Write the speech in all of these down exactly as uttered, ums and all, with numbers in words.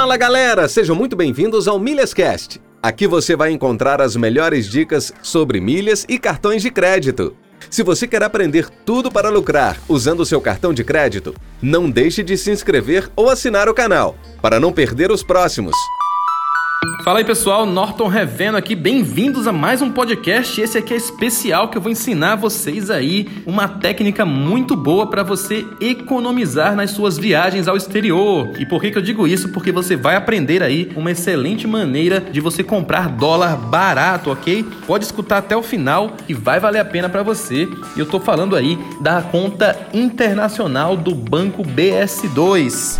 Fala galera, sejam muito bem-vindos ao MilhasCast. Aqui você vai encontrar as melhores dicas sobre milhas e cartões de crédito. Se você quer aprender tudo para lucrar usando o seu cartão de crédito, não deixe de se inscrever ou assinar o canal, para não perder os próximos. Fala aí pessoal, Norton Revendo aqui, bem-vindos a mais um podcast. Esse aqui é especial que eu vou ensinar vocês aí uma técnica muito boa para você economizar nas suas viagens ao exterior. E por que que eu digo isso? Porque você vai aprender aí uma excelente maneira de você comprar dólar barato, ok? Pode escutar até o final e vai valer a pena para você. E eu tô falando aí da conta internacional do Banco B S dois.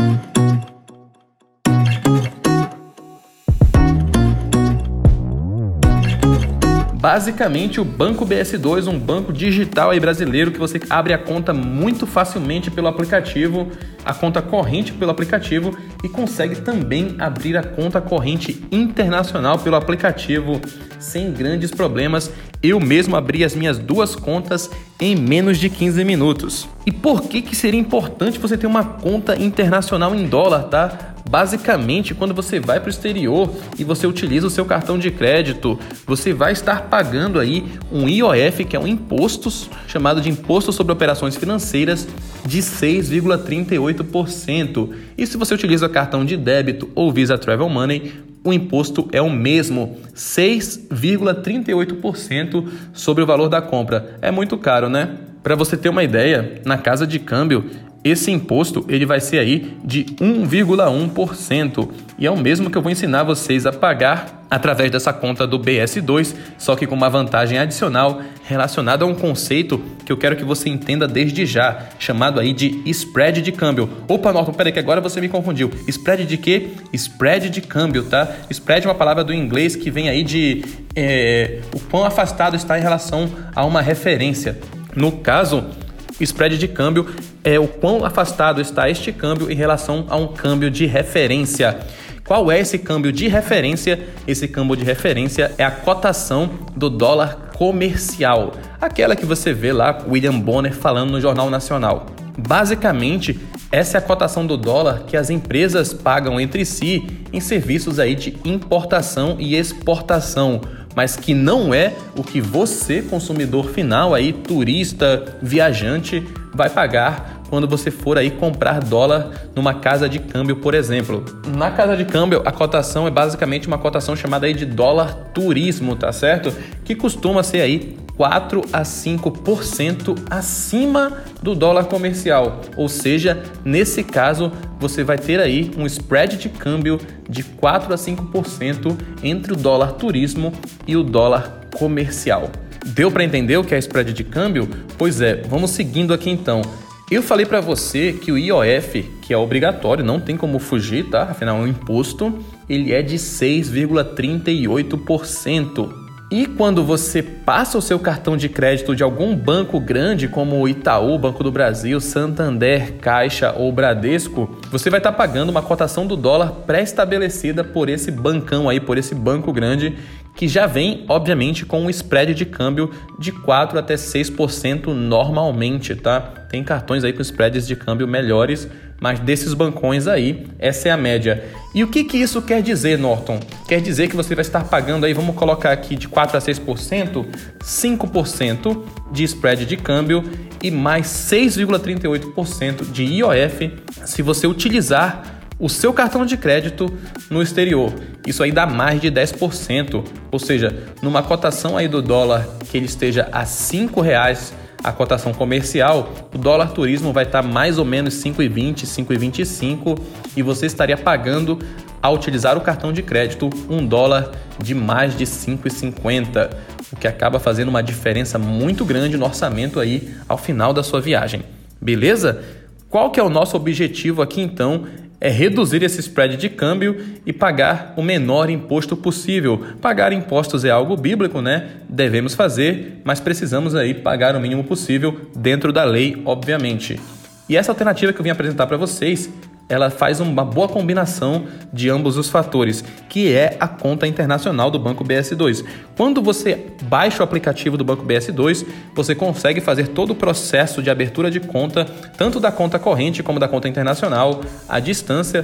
Basicamente, o Banco B S dois, um banco digital aí brasileiro que você abre a conta muito facilmente pelo aplicativo, a conta corrente pelo aplicativo e consegue também abrir a conta corrente internacional pelo aplicativo sem grandes problemas. Eu mesmo abri as minhas duas contas em menos de quinze minutos. E por que que seria importante você ter uma conta internacional em dólar, tá? Basicamente, quando você vai para o exterior e você utiliza o seu cartão de crédito, você vai estar pagando aí um I O F, que é um imposto chamado de Imposto sobre Operações Financeiras, de seis vírgula trinta e oito por cento. E se você utiliza cartão de débito ou Visa Travel Money, o imposto é o mesmo, seis vírgula trinta e oito por cento sobre o valor da compra. É muito caro, né? Para você ter uma ideia, na casa de câmbio, esse imposto ele vai ser aí de um vírgula um por cento e é o mesmo que eu vou ensinar vocês a pagar através dessa conta do B S dois, só que com uma vantagem adicional relacionada a um conceito que eu quero que você entenda desde já, chamado aí de spread de câmbio. Opa, Norton, peraí que agora você me confundiu. Spread de quê? Spread de câmbio, tá? Spread é uma palavra do inglês que vem aí de é, o quão afastado está em relação a uma referência. No caso, spread de câmbio é o quão afastado está este câmbio em relação a um câmbio de referência. Qual é esse câmbio de referência? Esse câmbio de referência é a cotação do dólar comercial, aquela que você vê lá William Bonner falando no Jornal Nacional. Basicamente, essa é a cotação do dólar que as empresas pagam entre si em serviços aí de importação e exportação, mas que não é o que você, consumidor final, aí, turista, viajante, vai pagar quando você for aí comprar dólar numa casa de câmbio, por exemplo. Na casa de câmbio, a cotação é basicamente uma cotação chamada aí de dólar turismo, tá certo? Que costuma ser aí quatro a cinco por cento acima do dólar comercial. Ou seja, nesse caso, você vai ter aí um spread de câmbio de quatro a cinco por cento entre o dólar turismo e o dólar comercial. Deu para entender o que é spread de câmbio? Pois é, vamos seguindo aqui então. Eu falei para você que o I O F, que é obrigatório, não tem como fugir, tá? Afinal, é um imposto, ele é de seis vírgula trinta e oito por cento. E quando você passa o seu cartão de crédito de algum banco grande, como o Itaú, Banco do Brasil, Santander, Caixa ou Bradesco, você vai estar pagando uma cotação do dólar pré-estabelecida por esse bancão aí, por esse banco grande, que já vem, obviamente, com um spread de câmbio de quatro até seis por cento normalmente, tá? Tem cartões aí com spreads de câmbio melhores, mas desses bancões aí, essa é a média. E o que que isso quer dizer, Norton? Quer dizer que você vai estar pagando aí, vamos colocar aqui de quatro a seis por cento, cinco por cento de spread de câmbio e mais seis vírgula trinta e oito por cento de I O F se você utilizar o seu cartão de crédito no exterior. Isso aí dá mais de dez por cento, ou seja, numa cotação aí do dólar que ele esteja a cinco reais, a cotação comercial, o dólar turismo vai estar mais ou menos cinco reais e vinte centavos, cinco reais e vinte e cinco centavos e você estaria pagando, ao utilizar o cartão de crédito, um dólar de mais de cinco reais e cinquenta centavos, o que acaba fazendo uma diferença muito grande no orçamento aí ao final da sua viagem. Beleza? Qual que é o nosso objetivo aqui então? É reduzir esse spread de câmbio e pagar o menor imposto possível. Pagar impostos é algo bíblico, né? Devemos fazer, mas precisamos aí pagar o mínimo possível dentro da lei, obviamente. E essa alternativa que eu vim apresentar para vocês, ela faz uma boa combinação de ambos os fatores, que é a conta internacional do Banco B S dois. Quando você baixa o aplicativo do Banco B S dois, você consegue fazer todo o processo de abertura de conta, tanto da conta corrente como da conta internacional, à distância,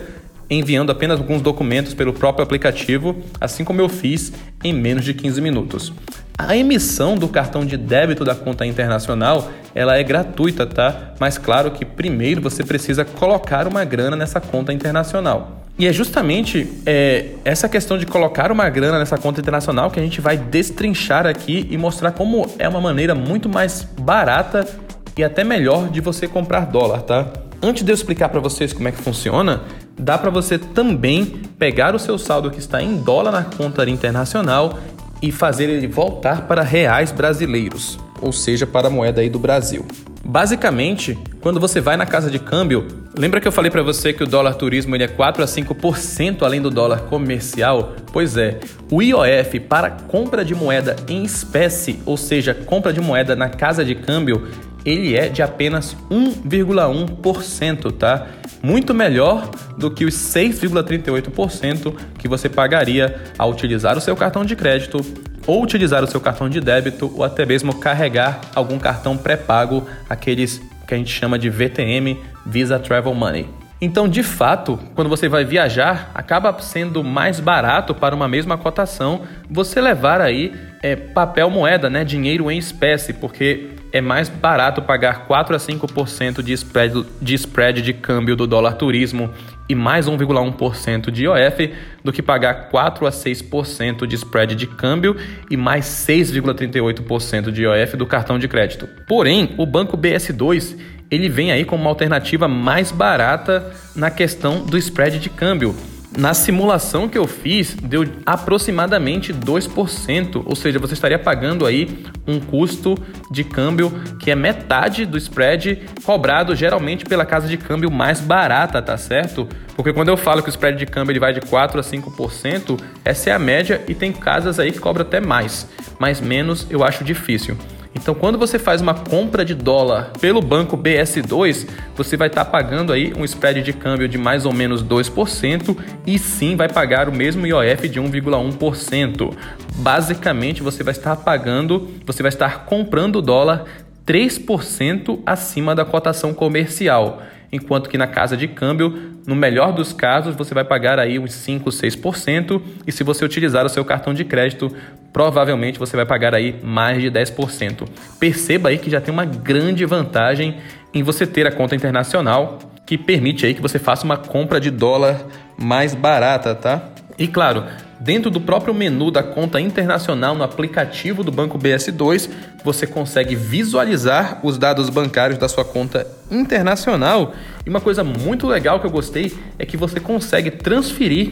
enviando apenas alguns documentos pelo próprio aplicativo, assim como eu fiz em menos de quinze minutos. A emissão do cartão de débito da conta internacional, ela é gratuita, tá? Mas claro que primeiro você precisa colocar uma grana nessa conta internacional. E é justamente é, essa questão de colocar uma grana nessa conta internacional que a gente vai destrinchar aqui e mostrar como é uma maneira muito mais barata e até melhor de você comprar dólar, tá? Antes de eu explicar para vocês como é que funciona, dá para você também pegar o seu saldo que está em dólar na conta internacional e fazer ele voltar para reais brasileiros, ou seja, para a moeda aí do Brasil. Basicamente, quando você vai na casa de câmbio, lembra que eu falei para você que o dólar turismo ele é quatro a cinco por cento além do dólar comercial? Pois é, o I O F para compra de moeda em espécie, ou seja, compra de moeda na casa de câmbio, ele é de apenas um vírgula um por cento, tá? Muito melhor do que os seis vírgula trinta e oito por cento que você pagaria ao utilizar o seu cartão de crédito ou utilizar o seu cartão de débito ou até mesmo carregar algum cartão pré-pago, aqueles que a gente chama de V T M, Visa Travel Money. Então, de fato, quando você vai viajar, acaba sendo mais barato para uma mesma cotação você levar aí é, papel moeda, né, dinheiro em espécie, porque é mais barato pagar quatro a cinco por cento de spread, de spread de câmbio do dólar turismo e mais um vírgula um por cento de I O F do que pagar quatro a seis por cento de spread de câmbio e mais seis vírgula trinta e oito por cento de I O F do cartão de crédito. Porém, o Banco B S dois ele vem aí como uma alternativa mais barata na questão do spread de câmbio. Na simulação que eu fiz, deu aproximadamente dois por cento, ou seja, você estaria pagando aí um custo de câmbio que é metade do spread cobrado geralmente pela casa de câmbio mais barata, tá certo? Porque quando eu falo que o spread de câmbio ele vai de quatro a cinco por cento, essa é a média e tem casas aí que cobram até mais, mas menos eu acho difícil. Então, quando você faz uma compra de dólar pelo Banco B S dois, você vai estar pagando aí um spread de câmbio de mais ou menos dois por cento e sim vai pagar o mesmo I O F de um vírgula um por cento. Basicamente, você vai estar pagando, você vai estar comprando dólar três por cento acima da cotação comercial, enquanto que na casa de câmbio, no melhor dos casos, você vai pagar aí uns cinco, seis por cento e se você utilizar o seu cartão de crédito, provavelmente você vai pagar aí mais de dez por cento. Perceba aí que já tem uma grande vantagem em você ter a conta internacional, que permite aí que você faça uma compra de dólar mais barata, tá? E claro, dentro do próprio menu da conta internacional no aplicativo do Banco B S dois, você consegue visualizar os dados bancários da sua conta internacional. E uma coisa muito legal que eu gostei é que você consegue transferir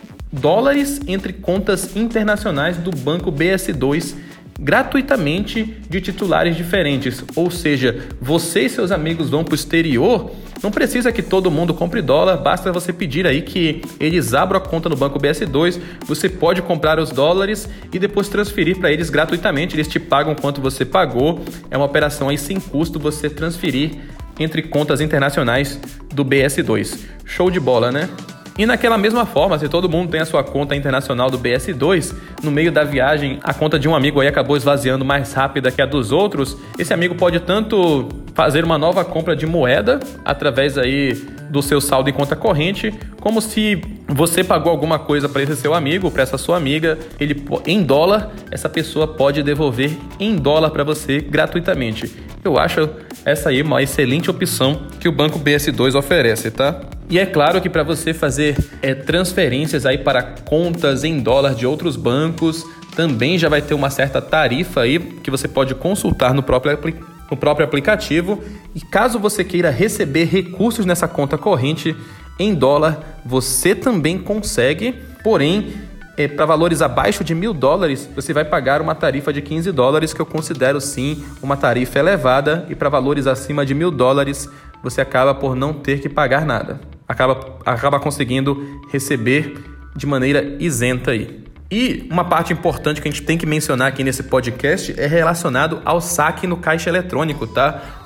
dólares entre contas internacionais do Banco B S dois gratuitamente de titulares diferentes. Ou seja, você e seus amigos vão para o exterior, não precisa que todo mundo compre dólar, basta você pedir aí que eles abram a conta no Banco B S dois, você pode comprar os dólares e depois transferir para eles gratuitamente, eles te pagam quanto você pagou, é uma operação aí sem custo você transferir entre contas internacionais do B S dois. Show de bola, né? E naquela mesma forma, se todo mundo tem a sua conta internacional do B S dois, no meio da viagem a conta de um amigo aí acabou esvaziando mais rápida que a dos outros, esse amigo pode tanto fazer uma nova compra de moeda através aí do seu saldo em conta corrente, como se você pagou alguma coisa para esse seu amigo, para essa sua amiga, ele em dólar, essa pessoa pode devolver em dólar para você gratuitamente. Eu acho essa aí uma excelente opção que o Banco B S dois oferece, tá? E é claro que para você fazer é, transferências aí para contas em dólar de outros bancos, também já vai ter uma certa tarifa aí que você pode consultar no próprio, no próprio aplicativo. E caso você queira receber recursos nessa conta corrente em dólar, você também consegue, porém, é, para valores abaixo de mil dólares, você vai pagar uma tarifa de quinze dólares, que eu considero sim uma tarifa elevada, e para valores acima de mil dólares, você acaba por não ter que pagar nada. Acaba, acaba conseguindo receber de maneira isenta aí. E uma parte importante que a gente tem que mencionar aqui nesse podcast é relacionado ao saque no caixa eletrônico, tá?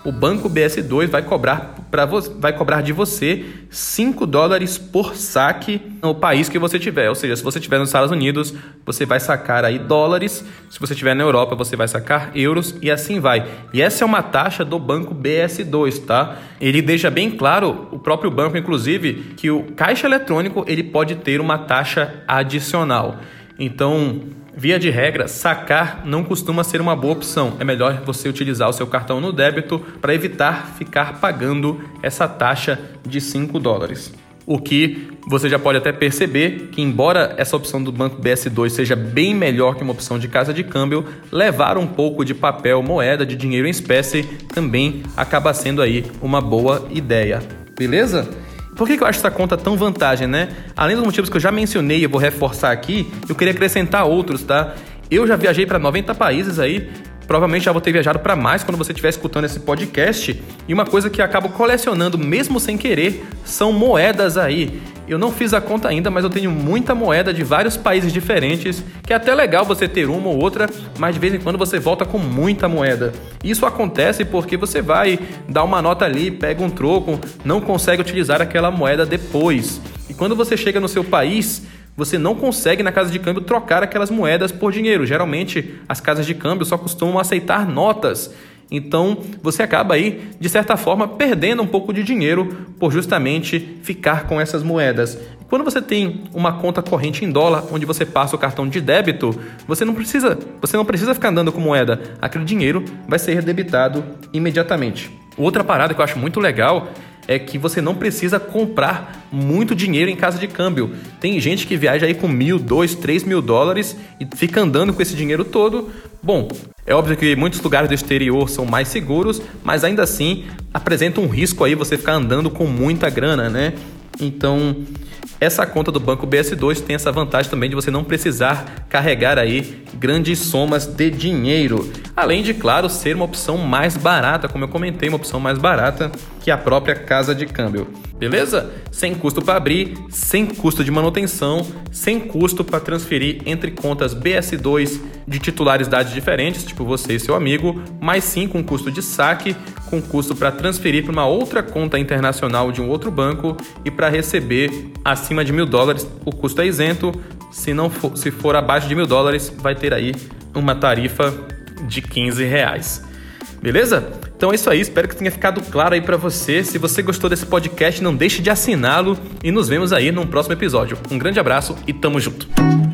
o Banco B S dois vai cobrar, pra vo- vai cobrar de você cinco dólares por saque no país que você tiver. Ou seja, se você estiver nos Estados Unidos, você vai sacar aí dólares. Se você estiver na Europa, você vai sacar euros e assim vai. E essa é uma taxa do Banco B S dois, tá? Ele deixa bem claro, o próprio banco, inclusive, que o caixa eletrônico ele pode ter uma taxa adicional. Então, via de regra, sacar não costuma ser uma boa opção. É melhor você utilizar o seu cartão no débito para evitar ficar pagando essa taxa de cinco dólares. O que você já pode até perceber que, embora essa opção do Banco B S dois seja bem melhor que uma opção de casa de câmbio, levar um pouco de papel, moeda, de dinheiro em espécie também acaba sendo aí uma boa ideia. Beleza? Por que eu acho essa conta tão vantagem, né? Além dos motivos que eu já mencionei e eu vou reforçar aqui, eu queria acrescentar outros, tá? Eu já viajei para noventa países aí, provavelmente já vou ter viajado para mais quando você estiver escutando esse podcast. E uma coisa que eu acabo colecionando mesmo sem querer são moedas aí. Eu não fiz a conta ainda, mas eu tenho muita moeda de vários países diferentes, que é até legal você ter uma ou outra, mas de vez em quando você volta com muita moeda. Isso acontece porque você vai dar uma nota ali, pega um troco, não consegue utilizar aquela moeda depois. E quando você chega no seu país, você não consegue na casa de câmbio trocar aquelas moedas por dinheiro. Geralmente as casas de câmbio só costumam aceitar notas. Então você acaba aí, de certa forma, perdendo um pouco de dinheiro por justamente ficar com essas moedas. Quando você tem uma conta corrente em dólar, onde você passa o cartão de débito, você não precisa, você não precisa ficar andando com moeda. Aquele dinheiro vai ser debitado imediatamente. Outra parada que eu acho muito legal é que você não precisa comprar muito dinheiro em casa de câmbio. Tem gente que viaja aí com mil, dois, três mil dólares e fica andando com esse dinheiro todo. Bom, é óbvio que muitos lugares do exterior são mais seguros, mas ainda assim apresenta um risco aí você ficar andando com muita grana, né? Então, essa conta do Banco B S dois tem essa vantagem também de você não precisar carregar aí grandes somas de dinheiro. Além de, claro, ser uma opção mais barata, como eu comentei, uma opção mais barata que a própria casa de câmbio. Beleza? Sem custo para abrir, sem custo de manutenção, sem custo para transferir entre contas B S dois de titularidades diferentes, tipo você e seu amigo, mas sim com custo de saque, com custo para transferir para uma outra conta internacional de um outro banco e para receber acima de mil dólares, o custo é isento. Se não for, se for abaixo de mil dólares, vai ter aí uma tarifa de quinze reais. Beleza? Então é isso aí, espero que tenha ficado claro aí para você. Se você gostou desse podcast, não deixe de assiná-lo e nos vemos aí num próximo episódio. Um grande abraço e tamo junto!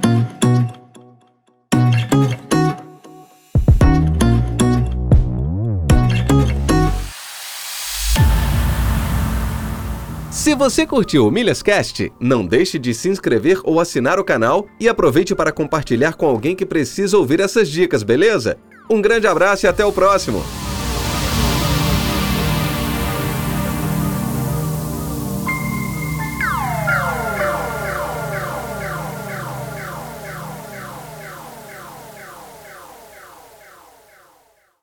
Se você curtiu o MilhasCast, não deixe de se inscrever ou assinar o canal e aproveite para compartilhar com alguém que precisa ouvir essas dicas, beleza? Um grande abraço e até o próximo!